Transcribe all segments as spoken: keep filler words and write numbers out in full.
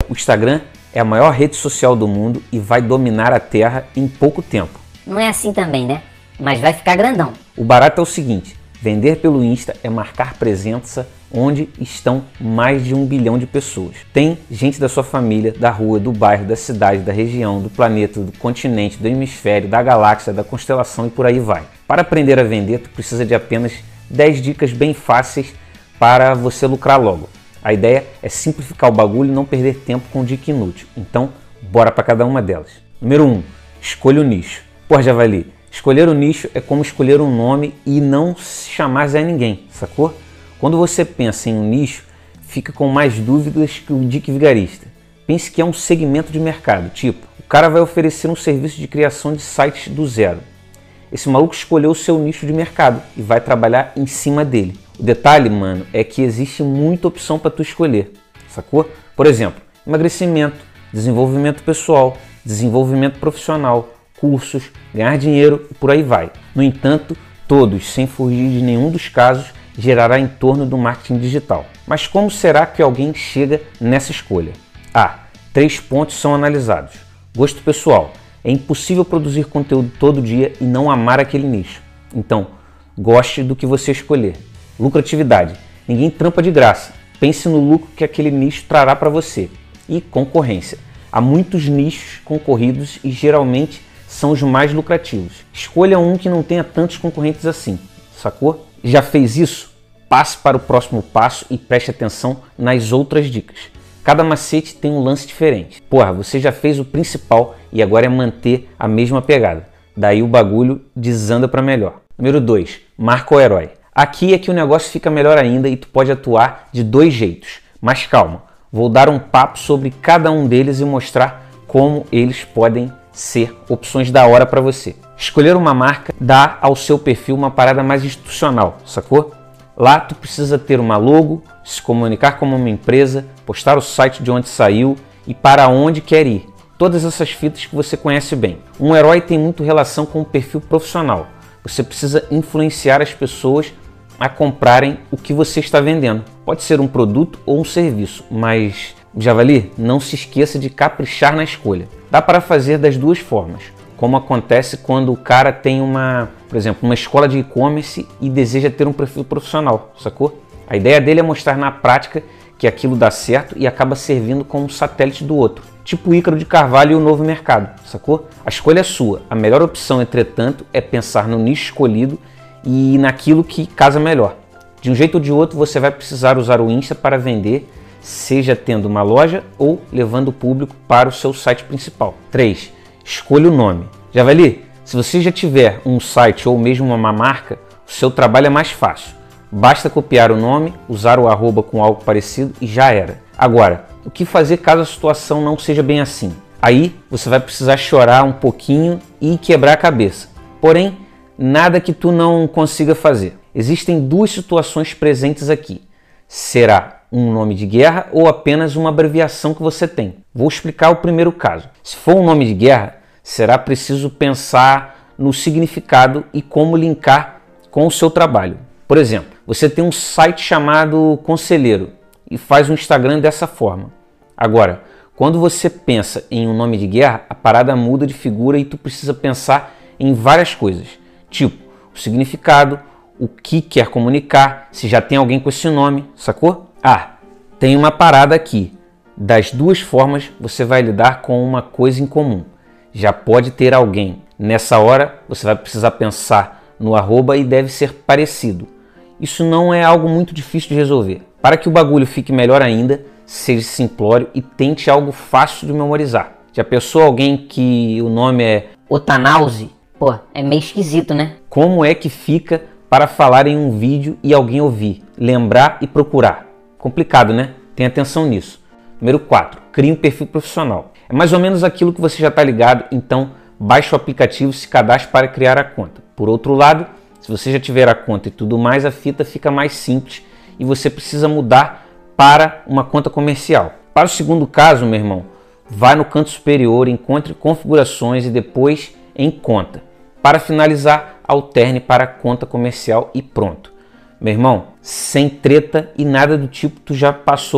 O Instagram é a maior rede social do mundo e vai dominar a Terra em pouco tempo. Não é assim também, né? Mas vai ficar grandão. O barato é o seguinte, vender pelo Insta é marcar presença onde estão mais de um bilhão de pessoas. Tem gente da sua família, da rua, do bairro, da cidade, da região, do planeta, do continente, do hemisfério, da galáxia, da constelação e por aí vai. Para aprender a vender, tu precisa de apenas dez dicas bem fáceis para você lucrar logo. A ideia é simplificar o bagulho e não perder tempo com dica inútil. Então, bora para cada uma delas. Número um. Escolha o nicho. Pô, Javali, escolher o nicho é como escolher um nome e não se chamar Zé Ninguém, sacou? Quando você pensa em um nicho, fica com mais dúvidas que o dick vigarista. Pense que é um segmento de mercado, tipo, o cara vai oferecer um serviço de criação de sites do zero. Esse maluco escolheu o seu nicho de mercado e vai trabalhar em cima dele. O detalhe, mano, é que existe muita opção para tu escolher, sacou? Por exemplo, emagrecimento, desenvolvimento pessoal, desenvolvimento profissional, cursos, ganhar dinheiro e por aí vai. No entanto, todos, sem fugir de nenhum dos casos, gerará em torno do marketing digital. Mas como será que alguém chega nessa escolha? Ah, três pontos são analisados. Gosto pessoal. É impossível produzir conteúdo todo dia e não amar aquele nicho. Então, goste do que você escolher. Lucratividade. Ninguém trampa de graça. Pense no lucro que aquele nicho trará para você. E concorrência. Há muitos nichos concorridos e geralmente são os mais lucrativos. Escolha um que não tenha tantos concorrentes assim, sacou? Já fez isso? Passe para o próximo passo e preste atenção nas outras dicas. Cada macete tem um lance diferente. Porra, você já fez o principal e agora é manter a mesma pegada. Daí o bagulho desanda para melhor. Número dois. Marca o herói. Aqui é que o negócio fica melhor ainda e tu pode atuar de dois jeitos. Mas calma, vou dar um papo sobre cada um deles e mostrar como eles podem ser opções da hora para você. Escolher uma marca dá ao seu perfil uma parada mais institucional, sacou? Lá tu precisa ter uma logo, se comunicar como uma empresa, postar o site de onde saiu e para onde quer ir. Todas essas fitas que você conhece bem. Um herói tem muito relação com o perfil profissional. Você precisa influenciar as pessoas a comprarem o que você está vendendo. Pode ser um produto ou um serviço, mas, Javali, não se esqueça de caprichar na escolha. Dá para fazer das duas formas, como acontece quando o cara tem uma, por exemplo, uma escola de e-commerce e deseja ter um perfil profissional, sacou? A ideia dele é mostrar na prática que aquilo dá certo e acaba servindo como um satélite do outro, tipo o Ícaro de Carvalho e o Novo Mercado, sacou? A escolha é sua. A melhor opção, entretanto, é pensar no nicho escolhido e naquilo que casa melhor. De um jeito ou de outro, você vai precisar usar o Insta para vender, seja tendo uma loja ou levando o público para o seu site principal. três. Escolha o nome. Javali, se você já tiver um site ou mesmo uma marca, o seu trabalho é mais fácil. Basta copiar o nome, usar o arroba com algo parecido e já era. Agora, o que fazer caso a situação não seja bem assim? Aí você vai precisar chorar um pouquinho e quebrar a cabeça. Porém, nada que tu não consiga fazer. Existem duas situações presentes aqui. Será um nome de guerra ou apenas uma abreviação que você tem? Vou explicar o primeiro caso. Se for um nome de guerra, será preciso pensar no significado e como linkar com o seu trabalho. Por exemplo, você tem um site chamado Conselheiro e faz um Instagram dessa forma. Agora, quando você pensa em um nome de guerra, a parada muda de figura e tu precisa pensar em várias coisas. Tipo, o significado, o que quer comunicar, se já tem alguém com esse nome, sacou? Ah, tem uma parada aqui. Das duas formas, você vai lidar com uma coisa em comum. Já pode ter alguém. Nessa hora, você vai precisar pensar no arroba e deve ser parecido. Isso não é algo muito difícil de resolver. Para que o bagulho fique melhor ainda, seja simplório e tente algo fácil de memorizar. Já pensou alguém que o nome é Otanause? Pô, é meio esquisito, né? Como é que fica para falar em um vídeo e alguém ouvir, lembrar e procurar? Complicado, né? Tenha atenção nisso. Número quatro. Crie um perfil profissional. É mais ou menos aquilo que você já está ligado, então baixe o aplicativo e se cadastre para criar a conta. Por outro lado, se você já tiver a conta e tudo mais, a fita fica mais simples e você precisa mudar para uma conta comercial. Para o segundo caso, meu irmão, vá no canto superior, encontre configurações e depois em conta. Para finalizar, alterne para a conta comercial e pronto. Meu irmão, sem treta e nada do tipo, tu já passou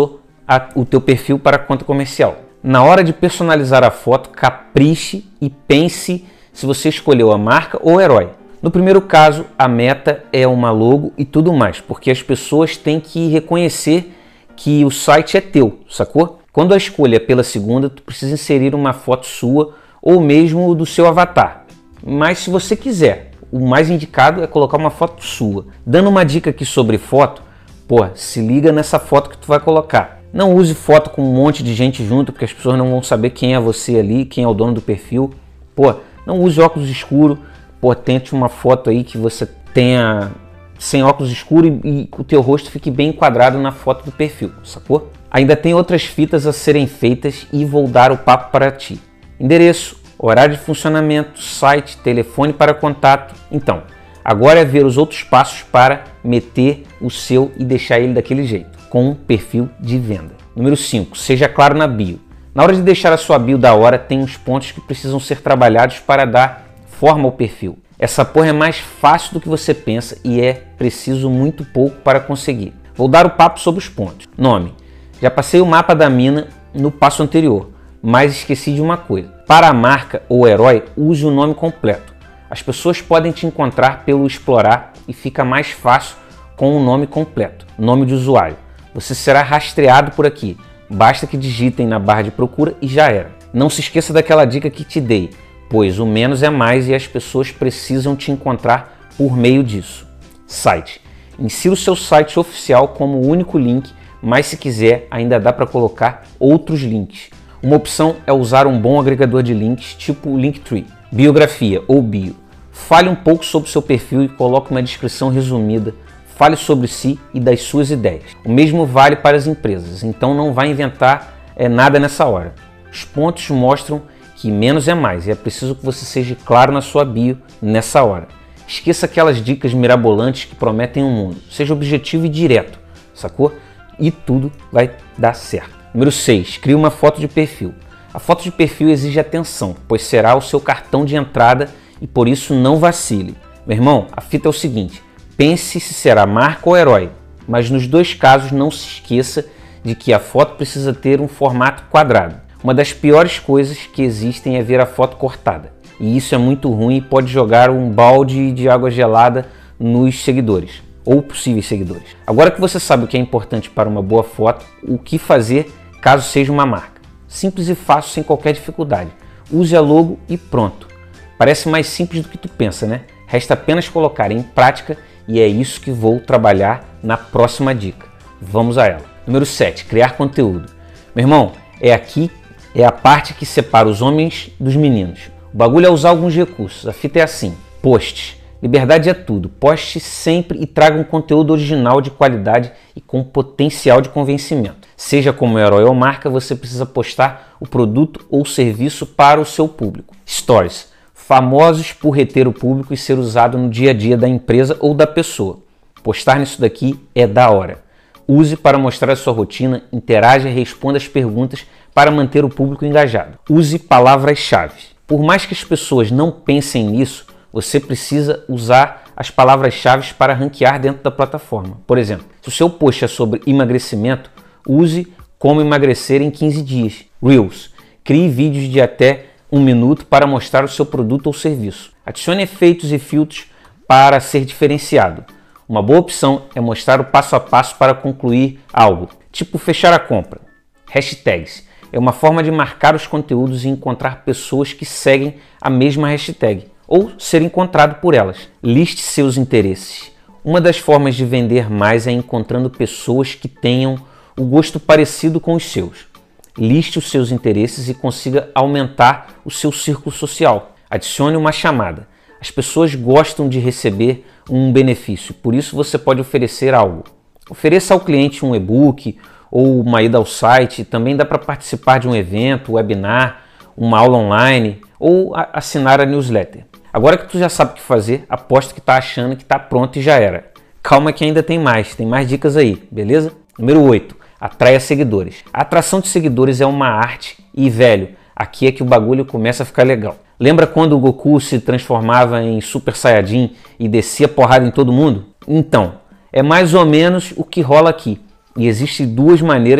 a, o teu perfil para a conta comercial. Na hora de personalizar a foto, capriche e pense se você escolheu a marca ou o herói. No primeiro caso, a meta é uma logo e tudo mais, porque as pessoas têm que reconhecer que o site é teu, sacou? Quando a escolha é pela segunda, tu precisa inserir uma foto sua ou mesmo do seu avatar. Mas se você quiser, o mais indicado é colocar uma foto sua. Dando uma dica aqui sobre foto, pô, se liga nessa foto que tu vai colocar. Não use foto com um monte de gente junto, porque as pessoas não vão saber quem é você ali, quem é o dono do perfil. Pô, não use óculos escuros. Pô, tente uma foto aí que você tenha sem óculos escuros e, e o teu rosto fique bem enquadrado na foto do perfil, sacou? Ainda tem outras fitas a serem feitas e vou dar o papo para ti. Endereço, horário de funcionamento, site, telefone para contato. Então, agora é ver os outros passos para meter o seu e deixar ele daquele jeito, com um perfil de venda. Número cinco. Seja claro na bio. Na hora de deixar a sua bio da hora, tem uns pontos que precisam ser trabalhados para dar forma ao perfil. Essa porra é mais fácil do que você pensa e é preciso muito pouco para conseguir. Vou dar o papo sobre os pontos. Nome. Já passei o mapa da mina no passo anterior, mas esqueci de uma coisa. Para a marca ou herói, use o nome completo. As pessoas podem te encontrar pelo explorar e fica mais fácil com o nome completo, nome de usuário. Você será rastreado por aqui. Basta que digitem na barra de procura e já era. Não se esqueça daquela dica que te dei, pois o menos é mais e as pessoas precisam te encontrar por meio disso. Site. Insira o seu site oficial como único link, mas se quiser ainda dá para colocar outros links. Uma opção é usar um bom agregador de links tipo o Linktree. Biografia ou bio. Fale um pouco sobre o seu perfil e coloque uma descrição resumida. Fale sobre si e das suas ideias. O mesmo vale para as empresas, então não vai inventar é, nada nessa hora. Os pontos mostram que menos é mais e é preciso que você seja claro na sua bio nessa hora. Esqueça aquelas dicas mirabolantes que prometem um mundo. Seja objetivo e direto, sacou? E tudo vai dar certo. Número seis. Crie uma foto de perfil. A foto de perfil exige atenção, pois será o seu cartão de entrada e por isso não vacile. Meu irmão, a fita é o seguinte, pense se será marca ou herói, mas nos dois casos não se esqueça de que a foto precisa ter um formato quadrado. Uma das piores coisas que existem é ver a foto cortada. E isso é muito ruim e pode jogar um balde de água gelada nos seguidores, ou possíveis seguidores. Agora que você sabe o que é importante para uma boa foto, o que fazer caso seja uma marca. Simples e fácil, sem qualquer dificuldade. Use a logo e pronto. Parece mais simples do que tu pensa, né? Resta apenas colocar em prática e é isso que vou trabalhar na próxima dica. Vamos a ela. Número sete. Criar conteúdo. Meu irmão, é aqui é a parte que separa os homens dos meninos. O bagulho é usar alguns recursos. A fita é assim. Posts. Liberdade é tudo. Poste sempre e traga um conteúdo original de qualidade e com potencial de convencimento. Seja como herói ou marca, você precisa postar o produto ou serviço para o seu público. Stories. Famosos por reter o público e ser usado no dia a dia da empresa ou da pessoa. Postar nisso daqui é da hora. Use para mostrar a sua rotina, interaja e responda as perguntas para manter o público engajado. Use palavras-chave. Por mais que as pessoas não pensem nisso, você precisa usar as palavras-chave para ranquear dentro da plataforma. Por exemplo, se o seu post é sobre emagrecimento, use como emagrecer em quinze dias. Reels. Crie vídeos de até um minuto para mostrar o seu produto ou serviço. Adicione efeitos e filtros para ser diferenciado. Uma boa opção é mostrar o passo a passo para concluir algo, tipo fechar a compra. Hashtags. É uma forma de marcar os conteúdos e encontrar pessoas que seguem a mesma hashtag, ou ser encontrado por elas. Liste seus interesses. Uma das formas de vender mais é encontrando pessoas que tenham o gosto parecido com os seus. Liste os seus interesses e consiga aumentar o seu círculo social. Adicione uma chamada. As pessoas gostam de receber um benefício, por isso você pode oferecer algo. Ofereça ao cliente um e-book ou uma ida ao site. Também dá para participar de um evento, webinar, uma aula online ou assinar a newsletter. Agora que tu já sabe o que fazer, aposto que tá achando que tá pronto e já era. Calma que ainda tem mais, tem mais dicas aí, beleza? Número oito. Atraia seguidores. A atração de seguidores é uma arte e, velho, aqui é que o bagulho começa a ficar legal. Lembra quando o Goku se transformava em Super Saiyajin e descia porrada em todo mundo? Então, é mais ou menos o que rola aqui. E existem duas maneiras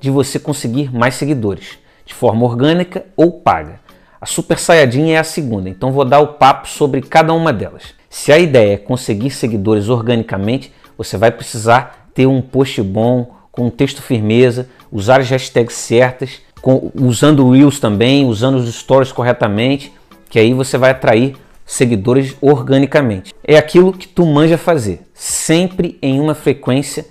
de você conseguir mais seguidores, de forma orgânica ou paga. A Super Saiyajin é a segunda, então vou dar o papo sobre cada uma delas. Se a ideia é conseguir seguidores organicamente, você vai precisar ter um post bom, com um texto firmeza, usar as hashtags certas, com, usando o Reels também, usando os stories corretamente, que aí você vai atrair seguidores organicamente. É aquilo que tu manja fazer, sempre em uma frequência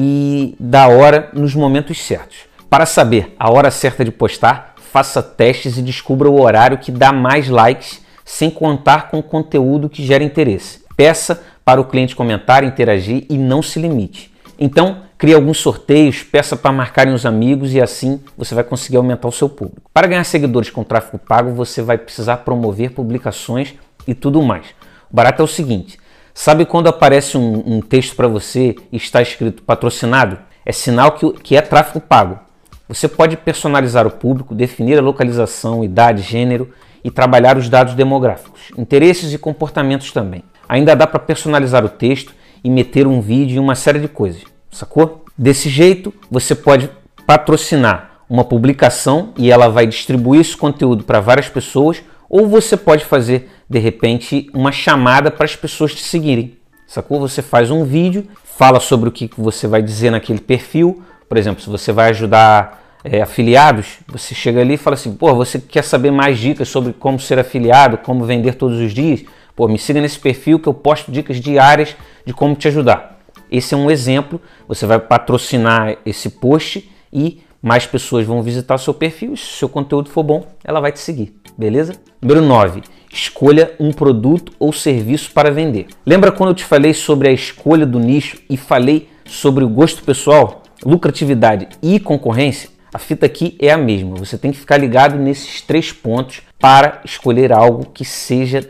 e da hora nos momentos certos. Para saber a hora certa de postar, faça testes e descubra o horário que dá mais likes, sem contar com conteúdo que gera interesse. Peça para o cliente comentar, interagir e não se limite. Então, crie alguns sorteios, peça para marcarem os amigos e assim você vai conseguir aumentar o seu público. Para ganhar seguidores com tráfego pago, você vai precisar promover publicações e tudo mais. O barato é o seguinte, sabe quando aparece um, um texto para você e está escrito patrocinado? É sinal que, que é tráfego pago. Você pode personalizar o público, definir a localização, idade, gênero e trabalhar os dados demográficos, interesses e comportamentos também. Ainda dá para personalizar o texto e meter um vídeo e uma série de coisas, sacou? Desse jeito, você pode patrocinar uma publicação e ela vai distribuir esse conteúdo para várias pessoas, ou você pode fazer, de repente, uma chamada para as pessoas te seguirem, sacou? Você faz um vídeo, fala sobre o que você vai dizer naquele perfil. Por exemplo, se você vai ajudar é, afiliados, você chega ali e fala assim, pô, você quer saber mais dicas sobre como ser afiliado, como vender todos os dias? Pô, me siga nesse perfil que eu posto dicas diárias de como te ajudar. Esse é um exemplo, você vai patrocinar esse post e mais pessoas vão visitar o seu perfil e se o seu conteúdo for bom, ela vai te seguir, beleza? Número nove. Escolha um produto ou serviço para vender. Lembra quando eu te falei sobre a escolha do nicho e falei sobre o gosto pessoal, lucratividade e concorrência? A fita aqui é a mesma, você tem que ficar ligado nesses três pontos para escolher algo que seja...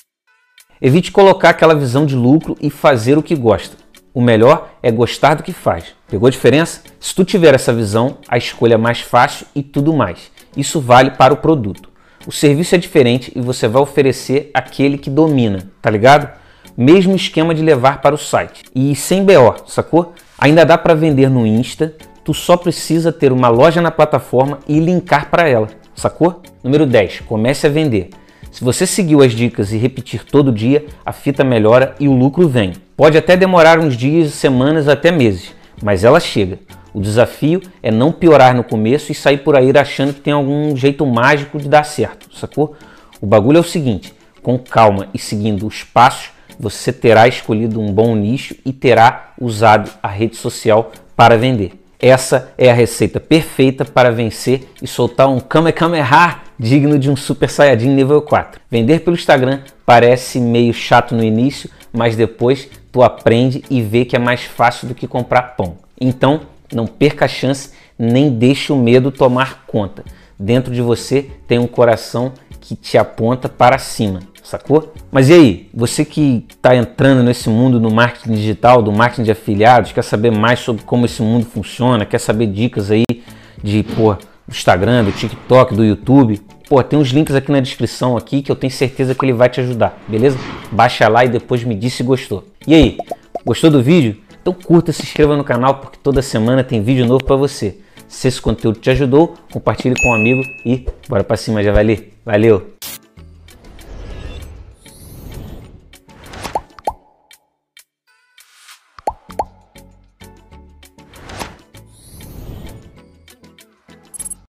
Evite colocar aquela visão de lucro e fazer o que gosta. O melhor é gostar do que faz. Pegou a diferença? Se tu tiver essa visão, a escolha é mais fácil e tudo mais. Isso vale para o produto. O serviço é diferente e você vai oferecer aquele que domina, tá ligado? Mesmo esquema de levar para o site. E sem B O, sacou? Ainda dá para vender no Insta, tu só precisa ter uma loja na plataforma e linkar para ela, sacou? Número dez. Comece a vender. Se você seguiu as dicas e repetir todo dia, a fita melhora e o lucro vem. Pode até demorar uns dias, semanas, até meses, mas ela chega. O desafio é não piorar no começo e sair por aí achando que tem algum jeito mágico de dar certo, sacou? O bagulho é o seguinte, com calma e seguindo os passos, você terá escolhido um bom nicho e terá usado a rede social para vender. Essa é a receita perfeita para vencer e soltar um Kamehameha digno de um Super Saiyajin nível quatro. Vender pelo Instagram parece meio chato no início, mas depois tu aprende e vê que é mais fácil do que comprar pão. Então, não perca a chance, nem deixe o medo tomar conta. Dentro de você tem um coração que te aponta para cima, sacou? Mas e aí, você que está entrando nesse mundo do marketing digital, do marketing de afiliados, quer saber mais sobre como esse mundo funciona, quer saber dicas aí de, pô, do Instagram, do TikTok, do YouTube, pô, tem uns links aqui na descrição aqui que eu tenho certeza que ele vai te ajudar, beleza? Baixa lá e depois me diz se gostou. E aí, gostou do vídeo? Então curta, se inscreva no canal porque toda semana tem vídeo novo para você. Se esse conteúdo te ajudou, compartilhe com um amigo e bora pra cima, Javali. Valeu!